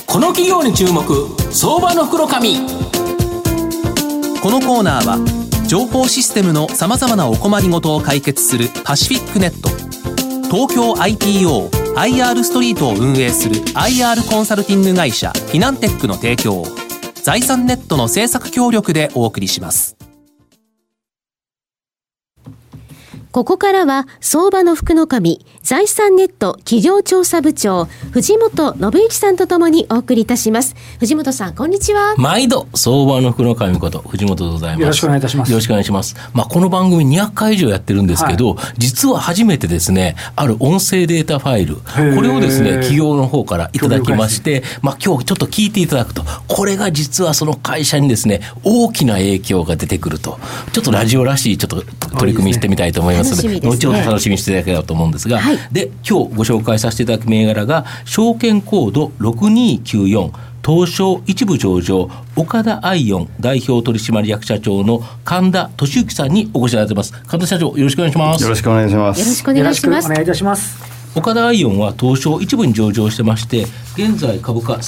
この企業に注目、相場の福の神。 このコーナーは情報システムのさまざまなお困りごとを解決するパシフィックネット、東京 IPO、IR ストリートを運営する IR コンサルティング会社フィナンテックの提供を財産ネットの制作協力でお送りします。 ここからは相場の福の神、財産ネット企業調査部長藤本信之さんとともにお送りいたします。藤本さん、こんにちは。 毎度相場の福の神こと藤本でございます。 よろしくお願いいたします。 よろしくお願いします。この番組200回以上やってるんですけど、実は初めてですね、ある音声データファイル、これをですね企業の方からいただきまして、今日ちょっと聞いていただくと、これが実はその会社にですね大きな影響が出てくると、ちょっとラジオらしいちょっと取り組みしてみたいと思いますので、後ほど楽しみにしていただければと思うんですが、で今日ご紹介させていただく銘柄が証券コード6294、東証一部上場岡田アイオン代表取締役社長の神田俊之さんにお越しいただいています。神田社長、よろしくお願いします。 よろしくお願いします。 よろしくお願いします。 お願いいたします。 岡田アイオンは東証一部に上場してまして、現在株価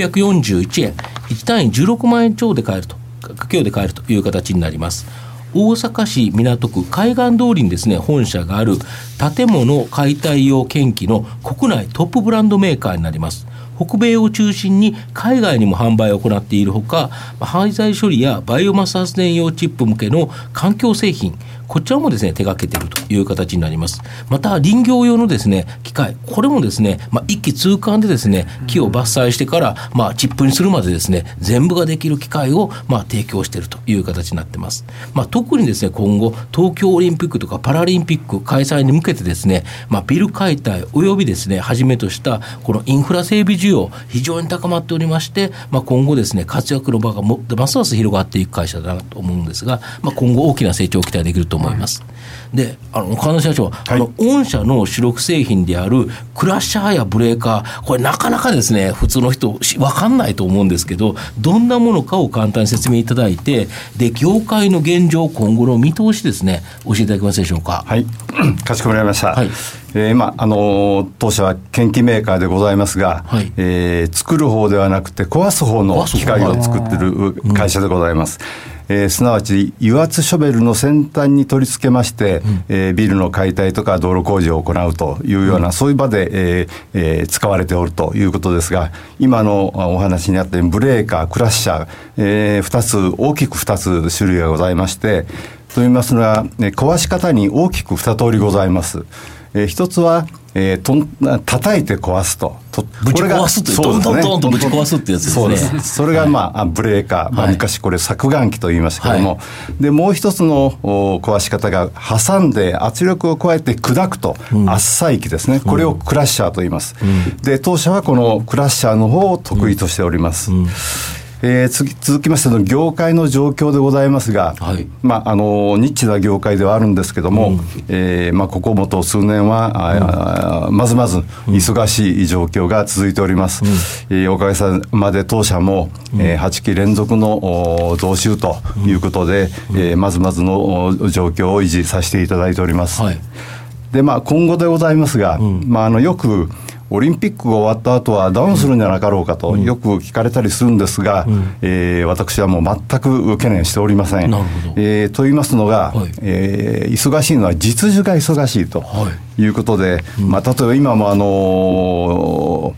1641円、1単位16万円超で買えると、価格で買えるという形になります。大阪市港区海岸通りにですね本社がある建物解体用建機の国内トップブランドメーカーになります。北米を中心に海外にも販売を行っているほか、廃材処理やバイオマス発電用チップ向けの環境製品、こちらもですね手掛けているという形になります。また林業用のですね機械、これもですね、一気通貫でですね木を伐採してから、チップにするまでですね全部ができる機械を提供しているという形になっています。特にですね今後東京オリンピックとかパラリンピック開催に向けてですね、ビル解体およびですねはじめとしたこのインフラ整備需要非常に高まっておりまして、今後ですね活躍の場がますます広がっていく会社だなと思うんですが、今後大きな成長を期待できると思います。で、神田社長、御社の主力製品であるクラッシャーやブレーカー、これなかなかですね普通の人分かんないと思うんですけど、どんなものかを簡単に説明いただいて、で業界の現状今後の見通しですね教えていただけますでしょうか。 はい、かしこまりました。今当社は建機メーカーでございますが、作る方ではなくて壊す方の機械を作っている会社でございます。すなわち油圧ショベルの先端に取り付けまして、ビルの解体とか道路工事を行うというような、そういう場で、使われておるということですが、今のお話にあったようにブレーカー、クラッシャー、大きく2つ種類がございまして、といいますのは、壊し方に大きく2通りございます。一つは、叩いて壊すと、 ぶち壊すって、どんどんどんとぶち壊すってやつですね。 そうです。それがブレーカー、昔これ削岩機と言いましたけども、でもう一つの壊し方が挟んで圧力を加えて砕くと、圧砕機ですね。これをクラッシャーと言います。で当社はこのクラッシャーの方を得意としております。続きましての業界の状況でございますが、ニッチな業界ではあるんですけども、ここもと数年はまず忙しい状況が続いております。おかげさまで当社も8期連続の増収ということで、まずの状況を維持させていただいております。で今後でございますが、よくオリンピックが終わった後はダウンするんじゃなかろうかとよく聞かれたりするんですが、私はもう全く懸念しておりません。と言いますのが、忙しいのは実需が忙しいということで、例えば今も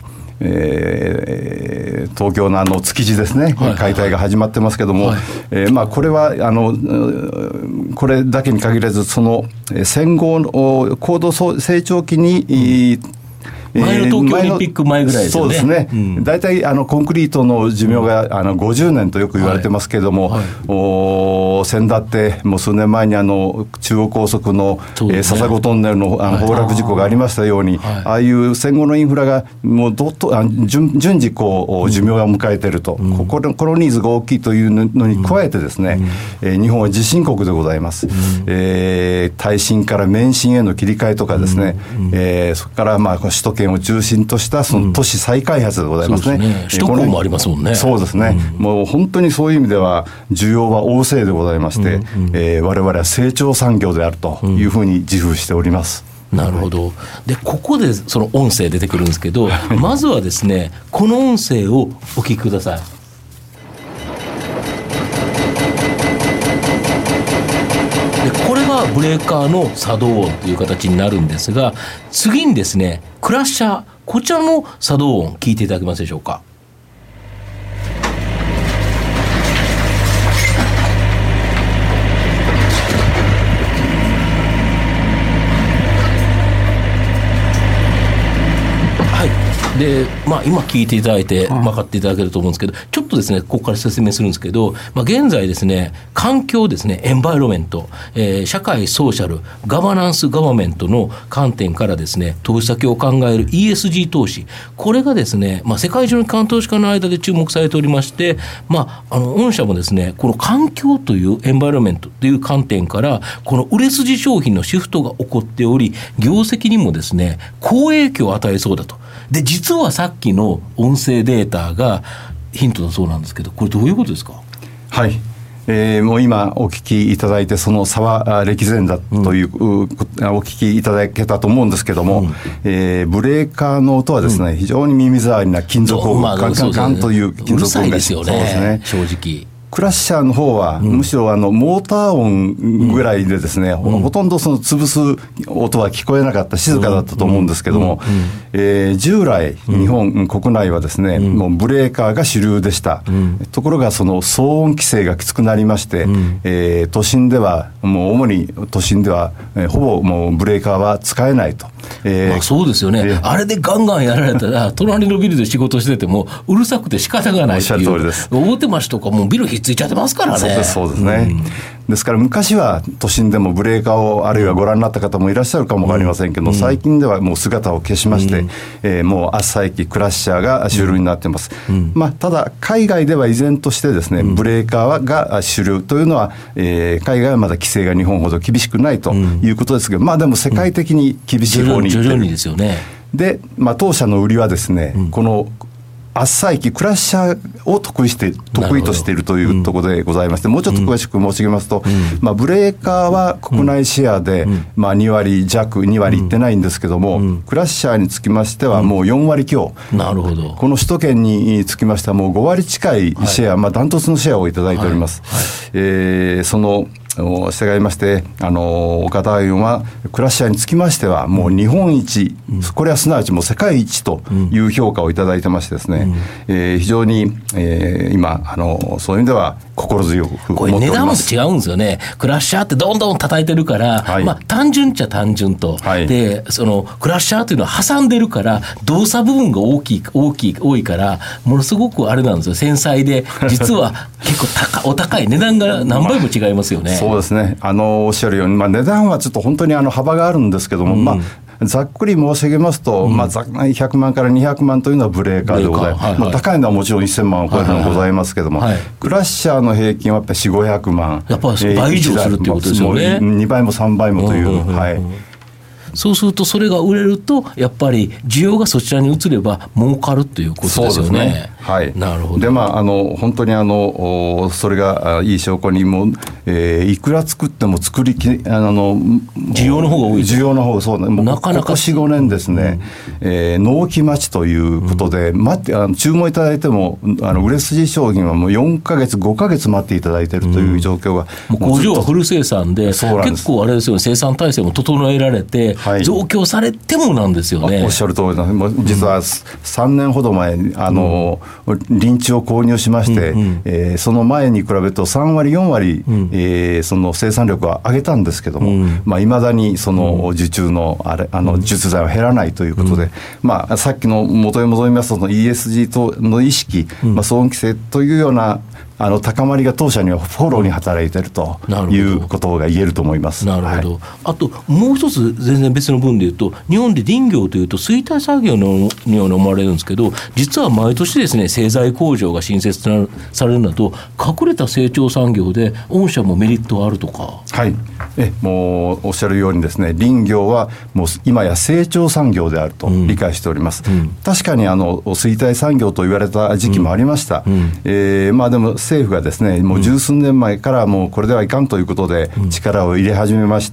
東京の築地ですね、解体が始まってますけども、これはこれだけに限らず、その戦後の高度成長期に前の東京オリンピック前ぐらいですよね。 そうですね。大体コンクリートの寿命が50年とよく言われてますけれども、先だってもう数年前に中央高速の笹子トンネルの崩落事故がありましたように、ああいう戦後のインフラがもう順次寿命を迎えていると、このニーズが大きいというのに加えてですね、日本は地震国でございます。耐震から免震への切り替えとかですね、それから首都圏を中心としたその都市再開発でございますね。 首都高もありますもんね。 そうですね、もう本当にそういう意味では需要は旺盛でございまして、我々は成長産業であるというふうに自負しております。 なるほど。でここでその音声出てくるんですけど、まずはですねこの音声をお聞きください。でこれがブレーカーの作動音という形になるんですが、次にですねクラッシャー、こちらの作動音聞いていただけますでしょうか。で今聞いていただいて分かっていただけると思うんですけど、ちょっとですねここから説明するんですけど、現在ですね環境ですね、エンバイロメント、社会ソーシャルガバナンスガバメントの観点からですね投資先を考える ESG 投資、これがですね、世界中の機関投資家の間で注目されておりまして、御社もですねこの環境というエンバイロメントという観点からこの売れ筋商品のシフトが起こっており、業績にもですね好影響を与えそうだと。で実はさっきの音声データがヒントだそうなんですけど、これどういうことですか。 はい、もう今お聞きいただいてその差は歴然だという、お聞きいただけたと思うんですけども、ブレーカーの音はですね、非常に耳障りな金属音、ガンガンガンという金属音がうるさいですよね。 そうですね、 正直クラッシャーの方は、むしろモーター音ぐらいでですね、ほとんどその潰す音は聞こえなかった、静かだったと思うんですけども、従来日本国内はですね、もうブレーカーが主流でした。ところがその騒音規制がきつくなりまして、都心ではもう主に都心では、ほぼもうブレーカーは使えないと。 そうですよね、あれでガンガンやられたら隣のビルで仕事しててもうるさくて仕方がないっていう。おっしゃる通りです。大手町とかもうビルひっついちゃってますからね。 そうですね、ですから昔は都心でもブレーカーをあるいはご覧になった方もいらっしゃるかもわかりませんけど、最近ではもう姿を消しまして、もう圧搾機クラッシャーが主流になっています。ただ海外では依然としてですね、ブレーカーが主流というのは、海外はまだ規制が日本ほど厳しくないということですが、でも世界的に厳しい方に徐々にですよね。 で、当社の売りはですね、この圧搾機クラッシャーを得意としているというところでございまして、もうちょっと詳しく申し上げますと、ブレーカーは国内シェアで、2割弱2割いってないんですけども、クラッシャーにつきましてはもう4割強、 なるほど。 この首都圏につきましてはもう5割近いシェア、ダントツのシェアをいただいております。その従いまして岡田イオンはクラッシャーにつきましてはもう日本一、これはすなわちもう世界一という評価をいただいてましてですね、非常に、今そういう意味では心強く思っております。 これ値段も違うんですよね。クラッシャーってどんどん叩いてるから、単純っちゃ単純と、でそのクラッシャーというのは挟んでるから動作部分が多いからものすごくあれなんですよ、繊細で実は結構お高い、値段が何倍も違いますよね。 そうですね、おっしゃるように、値段はちょっと本当に幅があるんですけども、ざっくり申し上げますと、100万から200万というのはブレーカーでございます。高いのはもちろん1000万を超えるのがございますけども、クラッシャーの平均はやっぱり4、500万、 やっぱり倍以上するっていうことですよね。 2倍も3倍もという、 そうするとそれが売れるとやっぱり需要がそちらに移れば儲かるということですよね。なるほど。 で本当にそれがいい証拠にもいくら作っても作りき需要の方が多い。 需要の方そうね。なかなかここ 4,5 年ですね、納期待ちということで、注文いただいても売れ筋商品はもう4ヶ月5ヶ月待っていただいているという状況が、 工場はフル生産で結構あれですよね、生産体制も整えられて、増強されてもなんですよね。 おっしゃる通りなんです。実は3年ほど前に臨地を購入しまして、その前に比べると3割4割、その生産力は上げたんですけども、いまだにその受注の実在は減らないということで、さっきの元に戻りますと、その ESG との意識、騒音規制というような高まりが当社にはフォローに働いているということが言えると思います。 なるほど。あともう一つ全然別の分でいうと、日本で林業というと衰退産業のように思われるんですけど、実は毎年ですね製材工場が新設されるなど隠れた成長産業で御社もメリットがあるとか。 もうおっしゃるようにですね、林業はもう今や成長産業であると理解しております。確かに衰退産業と言われた時期もありました。でも政府がですねもう十数年前からもうこれではいかんということで力を入れ始めまして、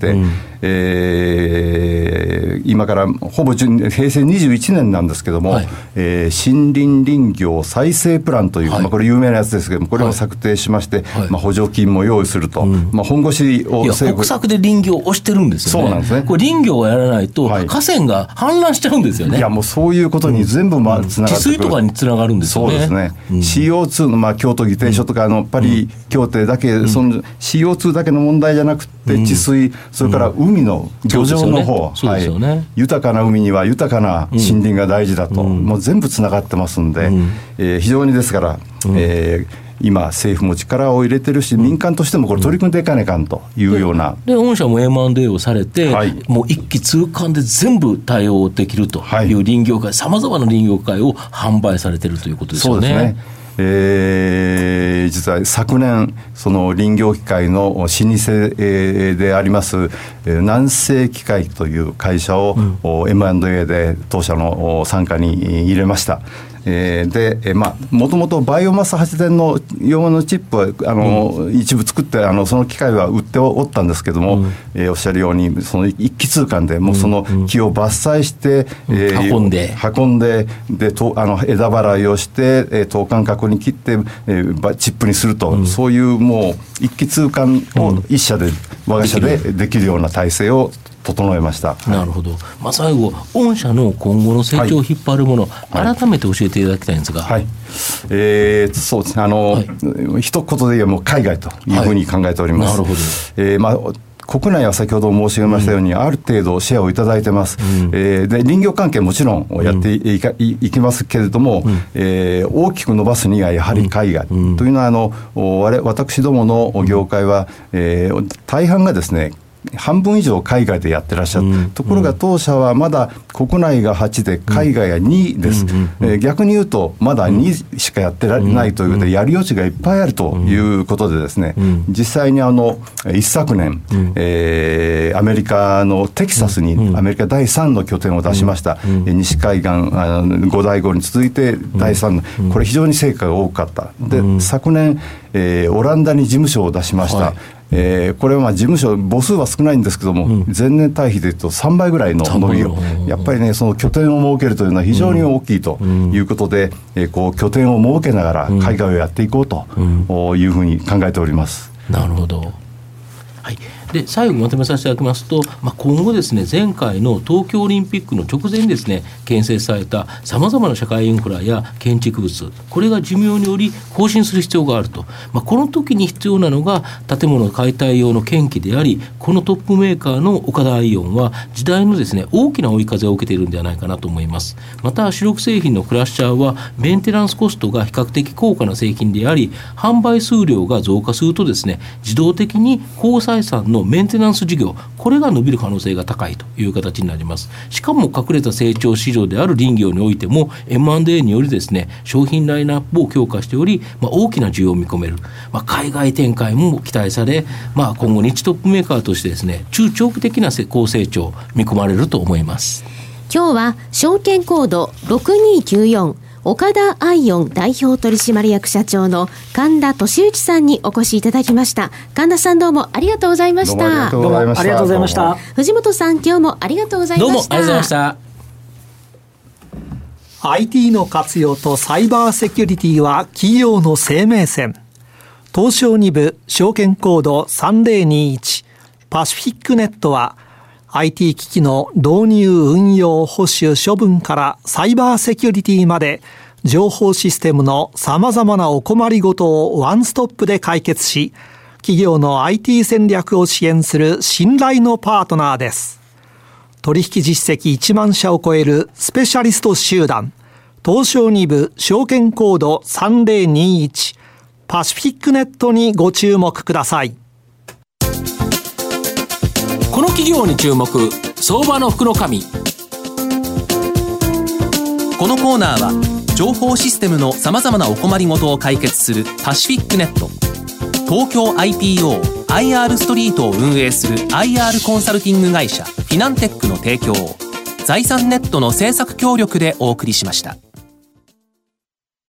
今からほぼ平成21年なんですけども、森林林業再生プランという、これ有名なやつですけども、これを策定しまして、補助金も用意すると、本腰を国策で林業を推してるんですよね。 そうなんですね。 これ林業をやらないと河川が氾濫しちゃうんですよね。 いやもうそういうことに全部つながってくる。 治水とかにつながるんですよね。 そうですね。CO2 の京都議定書とかパリ協定だけ、その CO2 だけの問題じゃなくて治水、それから海の漁場の方、豊かな海には豊かな森林が大事だと、もう全部つながってますんで、非常にですから、今政府も力を入れてるし、民間としてもこれ取り組んでいかないかんというような、 で御社も M&A をされて、もう一気通貫で全部対応できるという林業界、さまざまな林業界を販売されてるということですよね。 そうですね。実は昨年その林業機械の老舗であります南西機械という会社を M&A で当社の傘下に入れました。でもともとバイオマス発電の用のチップは一部作ってその機械は売っておったんですけども、おっしゃるようにその一気通貫でもうその木を伐採して、運んでで枝払いをして等間隔に切ってチップにすると、そういうもう一気通貫を一社で、我が社でできるような体制を整えました。 なるほど。最後御社の今後の成長を引っ張るもの、改めて教えていただきたいんですが。 そうですね。一言で言えばもう海外というふうに考えております。なるほど。国内は先ほど申し上げましたように、ある程度シェアをいただいてます。で林業関係もちろんやっていきますけれども、大きく伸ばすにはやはり海外、というのは私どもの業界は、大半がですね半分以上海外でやってらっしゃる、ところが当社はまだ国内が8で海外が2です。逆に言うとまだ2しかやってられないということで、やる余地がいっぱいあるということでですね、実際に一昨年、アメリカのテキサスにアメリカ第3の拠点を出しました。西海岸五大湖に続いて第3の、これ非常に成果が多かった。で昨年、オランダに事務所を出しました。これは事務所母数は少ないんですけども、前年対比でいうと3倍ぐらいの伸びを、やっぱりねその拠点を設けるというのは非常に大きいということで、拠点を設けながら海外をやっていこうというふうに考えております。 なるほど。で最後まとめさせていただきますと、今後ですね、前回の東京オリンピックの直前にですね建設されたさまざまな社会インフラや建築物、これが寿命により更新する必要があると、この時に必要なのが建物解体用の建機であり、このトップメーカーの岡田アイオンは時代のですね大きな追い風を受けているんではないかなと思います。また主力製品のクラッシャーはメンテナンスコストが比較的高価な製品であり、販売数量が増加するとですね自動的に高採算のメンテナンス事業、これが伸びる可能性が高いという形になります。しかも隠れた成長市場である林業においても M&A によりですね商品ラインナップを強化しており、大きな需要を見込める、海外展開も期待され、今後日トップメーカーとしてですね中長期的な高成長見込まれると思います。 今日は証券コード6294岡田アイオン代表取締役社長の神田俊之さんにお越しいただきました。神田さん、どうもありがとうございました。 どうもありがとうございました。 藤本さん、今日もありがとうございました。 どうもありがとうございました。 IT の活用とサイバーセキュリティは企業の生命線。東証2部証券コード3021パシフィックネットは IT 機器の導入、運用、保守、処分からサイバーセキュリティまで情報システムの様々なお困りごとをワンストップで解決し、企業の IT 戦略を支援する信頼のパートナーです。取引実績1万社を超えるスペシャリスト集団、東証2部証券コード3021パシフィックネットにご注目ください。 この企業に注目、相場の福の神。 このコーナーは情報システムのさまざまなお困りごとを解決するパシフィックネット、東京 IPO、IR ストリートを運営する IR コンサルティング会社フィナンテックの提供を財産ネットの制作協力でお送りしました。